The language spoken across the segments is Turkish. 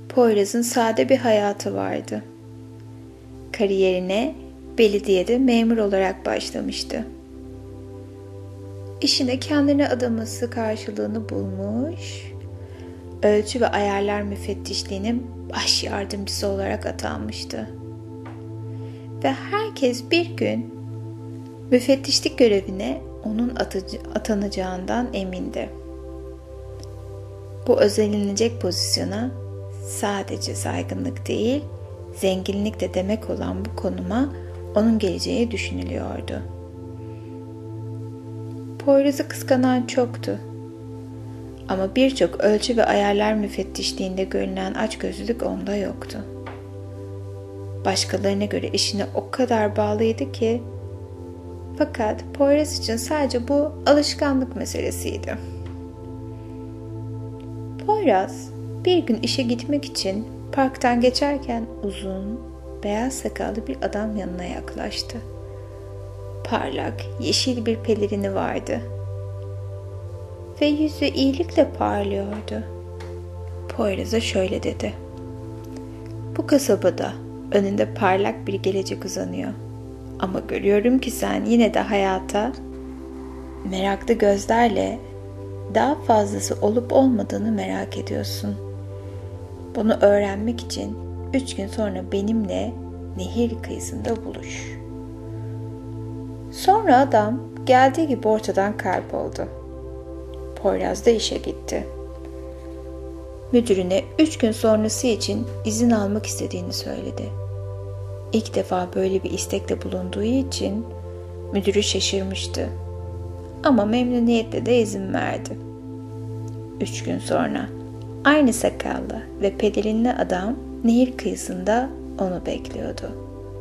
Poyraz'ın sade bir hayatı vardı. Kariyerine belediyede memur olarak başlamıştı. İşine kendine adaması karşılığını bulmuş, ölçü ve ayarlar müfettişliğinin baş yardımcısı olarak atanmıştı. Ve herkes bir gün müfettişlik görevine onun atanacağından emindi. Bu özenilecek pozisyona sadece saygınlık değil, zenginlik de demek olan bu konuma onun geleceği düşünülüyordu. Poyraz'ı kıskanan çoktu. Ama birçok ölçü ve ayarlar müfettişliğinde görülen açgözlülük onda yoktu. Başkalarına göre işine o kadar bağlıydı ki, fakat Poyraz için sadece bu alışkanlık meselesiydi. Poyraz bir gün işe gitmek için parktan geçerken uzun, beyaz sakallı bir adam yanına yaklaştı. Parlak, yeşil bir pelerini vardı ve yüzü iyilikle parlıyordu. Poyraz'a şöyle dedi: "Bu kasabada önünde parlak bir gelecek uzanıyor. Ama görüyorum ki sen yine de hayata meraklı gözlerle daha fazlası olup olmadığını merak ediyorsun. Bunu öğrenmek için 3 gün sonra benimle nehir kıyısında buluş." Sonra adam geldiği gibi ortadan kayboldu. Poyraz da işe gitti. Müdürüne 3 gün sonrası için izin almak istediğini söyledi. İlk defa böyle bir istekte bulunduğu için müdürü şaşırmıştı. Ama memnuniyetle de izin verdi. 3 gün sonra aynı sakallı ve pelerinli adam nehir kıyısında onu bekliyordu.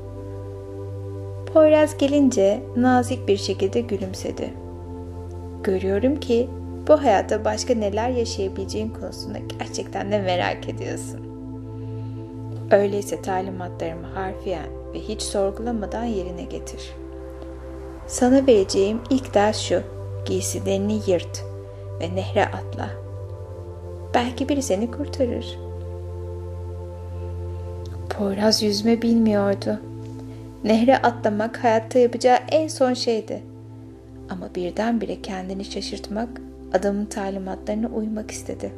Poyraz gelince nazik bir şekilde gülümsedi. "Görüyorum ki bu hayatta başka neler yaşayabileceğin konusunda gerçekten de merak ediyorsun. Öyleyse talimatlarımı harfiyen ve hiç sorgulamadan yerine getir. Sana vereceğim ilk ders şu: giysilerini yırt ve nehre atla. Belki biri seni kurtarır." Poyraz yüzme bilmiyordu. Nehre atlamak hayatta yapacağı en son şeydi. Ama birdenbire kendini şaşırtmak, adamın talimatlarına uymak istedi.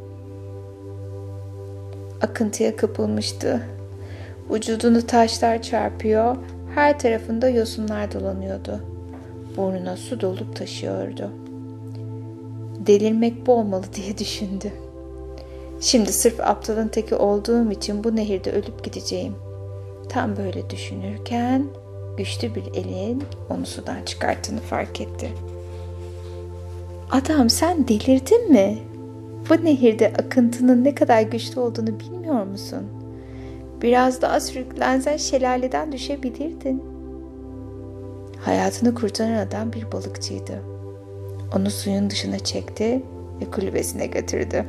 Akıntıya kapılmıştı. Vücudunu taşlar çarpıyor, her tarafında yosunlar dolanıyordu. Burnuna su dolup taşıyordu. Delirmek bu olmalı diye düşündü. Şimdi sırf aptalın teki olduğum için bu nehirde ölüp gideceğim. Tam böyle düşünürken güçlü bir elin onu sudan çıkarttığını fark etti. "Adam, sen delirdin mi? Bu nehirde akıntının ne kadar güçlü olduğunu bilmiyor musun? Biraz daha sürüklensen şelaleden düşebilirdin." Hayatını kurtaran adam bir balıkçıydı. Onu suyun dışına çekti ve kulübesine götürdü.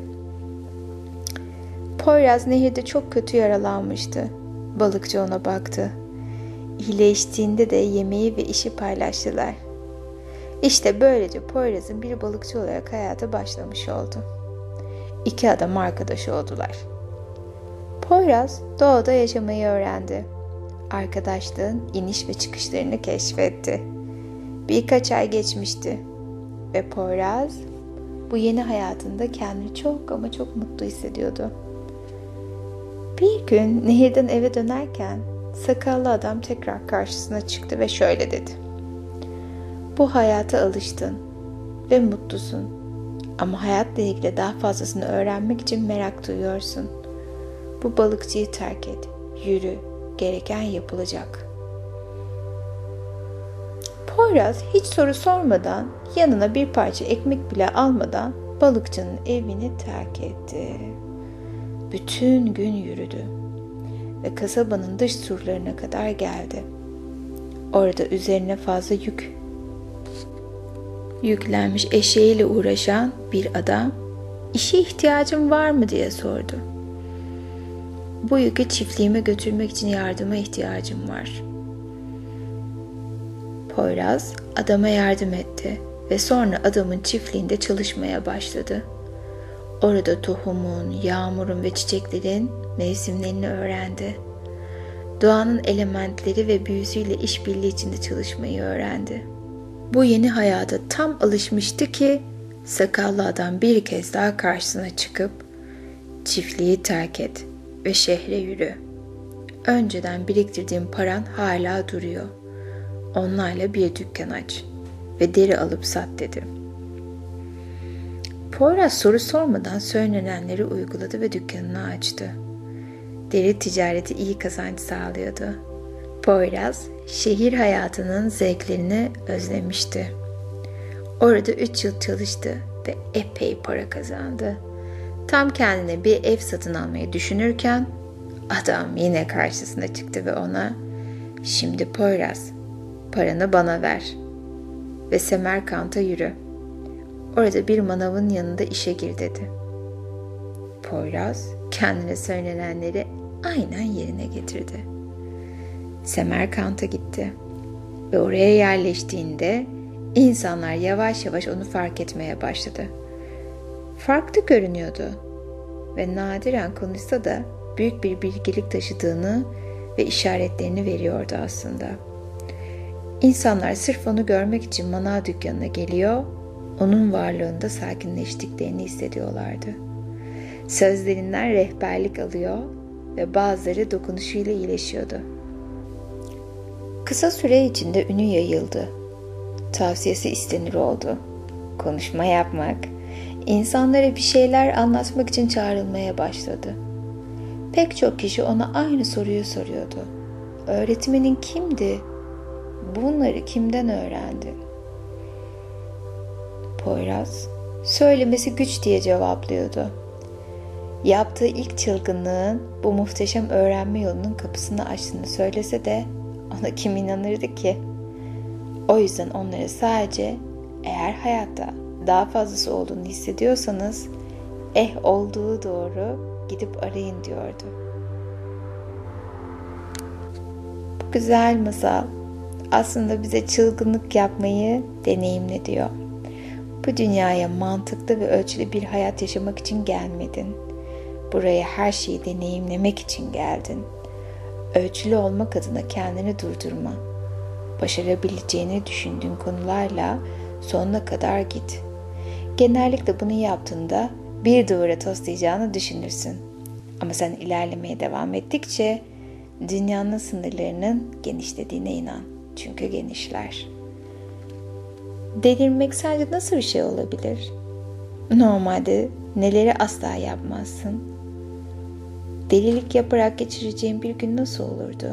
Poyraz nehirde çok kötü yaralanmıştı. Balıkçı ona baktı. İyileştiğinde de yemeği ve işi paylaştılar. İşte böylece Poyraz'ın bir balıkçı olarak hayata başlamış oldu. İki adam arkadaş oldular. Poyraz doğada yaşamayı öğrendi. Arkadaşlığın iniş ve çıkışlarını keşfetti. Birkaç ay geçmişti ve Poyraz bu yeni hayatında kendini çok ama çok mutlu hissediyordu. Bir gün nehirden eve dönerken sakallı adam tekrar karşısına çıktı ve şöyle dedi: "Bu hayata alıştın ve mutlusun. Ama hayatla ilgili daha fazlasını öğrenmek için merak duyuyorsun. Bu balıkçıyı terk et. Yürü. Gereken yapılacak." Poyraz hiç soru sormadan, yanına bir parça ekmek bile almadan balıkçının evini terk etti. Bütün gün yürüdü ve kasabanın dış surlarına kadar geldi. Orada üzerine fazla yüklenmiş eşeğiyle uğraşan bir adam, "İşe ihtiyacın var mı?" diye sordu. "Bu yükü çiftliğime götürmek için yardıma ihtiyacım var." Poyraz adama yardım etti ve sonra adamın çiftliğinde çalışmaya başladı. Orada tohumun, yağmurun ve çiçeklerin mevsimlerini öğrendi. Doğanın elementleri ve büyüsüyle işbirliği içinde çalışmayı öğrendi. Bu yeni hayata tam alışmıştı ki sakallı adam bir kez daha karşısına çıkıp çiftliği terk et ve şehre yürü. Önceden biriktirdiğin paran hala duruyor. Onlarla bir dükkan aç ve deri alıp sat dedi. Poyraz soru sormadan söylenenleri uyguladı ve dükkanını açtı. Deri ticareti iyi kazanç sağlıyordu. Poyraz, şehir hayatının zevklerini özlemişti. Orada 3 yıl çalıştı ve epey para kazandı. Tam kendine bir ev satın almayı düşünürken adam yine karşısına çıktı ve ona "Şimdi Poyraz, paranı bana ver ve Semerkant'a yürü. Orada bir manavın yanında işe gir" dedi. Poyraz kendine söylenenleri aynen yerine getirdi. Semerkant'a gitti ve oraya yerleştiğinde insanlar yavaş yavaş onu fark etmeye başladı. Farklı görünüyordu ve nadiren konuşsa da büyük bir bilgelik taşıdığını ve işaretlerini veriyordu aslında. İnsanlar sırf onu görmek için manav dükkanına geliyor, onun varlığında sakinleştiklerini hissediyorlardı. Sözlerinden rehberlik alıyor ve bazıları dokunuşuyla iyileşiyordu. Kısa süre içinde ünü yayıldı. Tavsiyesi istenir oldu. Konuşma yapmak, insanlara bir şeyler anlatmak için çağrılmaya başladı. Pek çok kişi ona aynı soruyu soruyordu. Öğretmenin kimdi? Bunları kimden öğrendin? Poyraz, söylemesi güç diye cevaplıyordu. Yaptığı ilk çılgınlığın bu muhteşem öğrenme yolunun kapısını açtığını söylese de ona kim inanırdı ki? O yüzden onlara sadece eğer hayatta daha fazlası olduğunu hissediyorsanız olduğu doğru gidip arayın diyordu. Bu güzel masal aslında bize çılgınlık yapmayı deneyimle diyor. Bu dünyaya mantıklı ve ölçülü bir hayat yaşamak için gelmedin. Buraya her şeyi deneyimlemek için geldin. Ölçülü olmak adına kendini durdurma. Başarabileceğini düşündüğün konularla sonuna kadar git. Genellikle bunu yaptığında bir duvara toslayacağını düşünürsün. Ama sen ilerlemeye devam ettikçe dünyanın sınırlarının genişlediğine inan. Çünkü genişler. Delirmek sence nasıl bir şey olabilir? Normalde neleri asla yapmazsın? Delilik yaparak geçireceğin bir gün nasıl olurdu?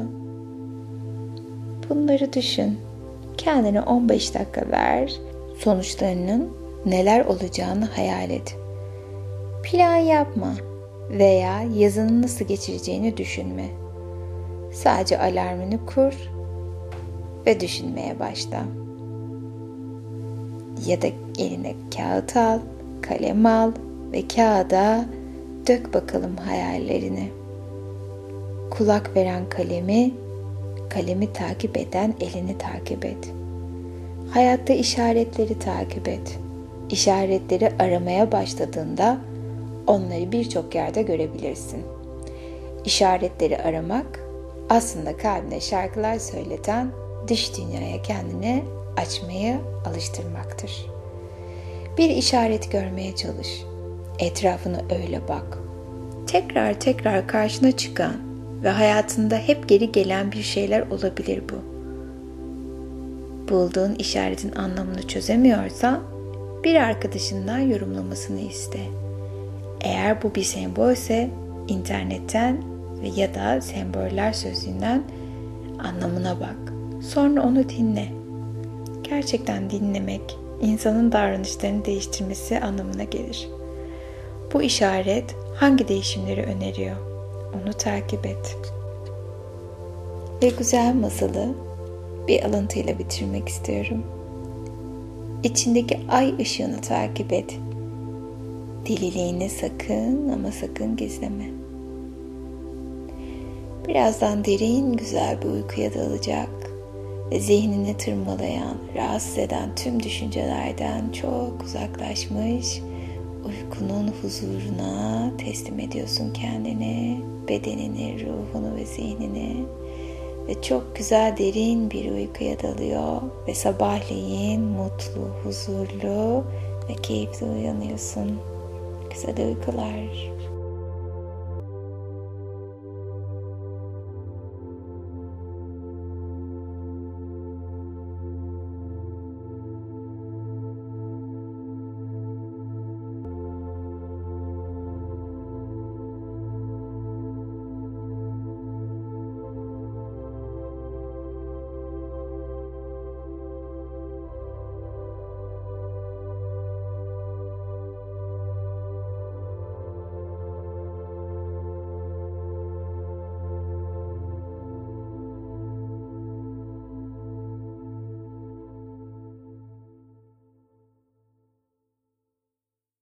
Bunları düşün. Kendine 15 dakika ver. Sonuçlarının neler olacağını hayal et. Plan yapma veya yazını nasıl geçireceğini düşünme. Sadece alarmını kur ve düşünmeye başla. Ya da eline kağıt al, kalem al ve kağıda dök bakalım hayallerini. Kulak veren kalemi takip eden elini takip et. Hayatta işaretleri takip et. İşaretleri aramaya başladığında onları birçok yerde görebilirsin. İşaretleri aramak aslında kalbine şarkılar söyleten dış dünyaya kendini açmayı alıştırmaktır. Bir işaret görmeye çalış. Etrafına öyle bak. Tekrar tekrar karşına çıkan ve hayatında hep geri gelen bir şeyler olabilir bu. Bulduğun işaretin anlamını çözemiyorsan bir arkadaşından yorumlamasını iste. Eğer bu bir sembolse internetten ve ya da semboller sözlüğünden anlamına bak. Sonra onu dinle. Gerçekten dinlemek insanın davranışlarını değiştirmesi anlamına gelir. Bu işaret hangi değişimleri öneriyor? Onu takip et. Ve güzel masalı bir alıntıyla bitirmek istiyorum. İçindeki ay ışığını takip et. Deliliğini sakın ama sakın gizleme. Birazdan derin güzel bir uykuya dalacak ve zihnini tırmalayan, rahatsız eden tüm düşüncelerden çok uzaklaşmış, uykunun huzuruna teslim ediyorsun kendini, bedenini, ruhunu ve zihnini. Ve çok güzel derin bir uykuya dalıyor ve sabahleyin mutlu, huzurlu ve keyifli uyanıyorsun. Güzel uykular.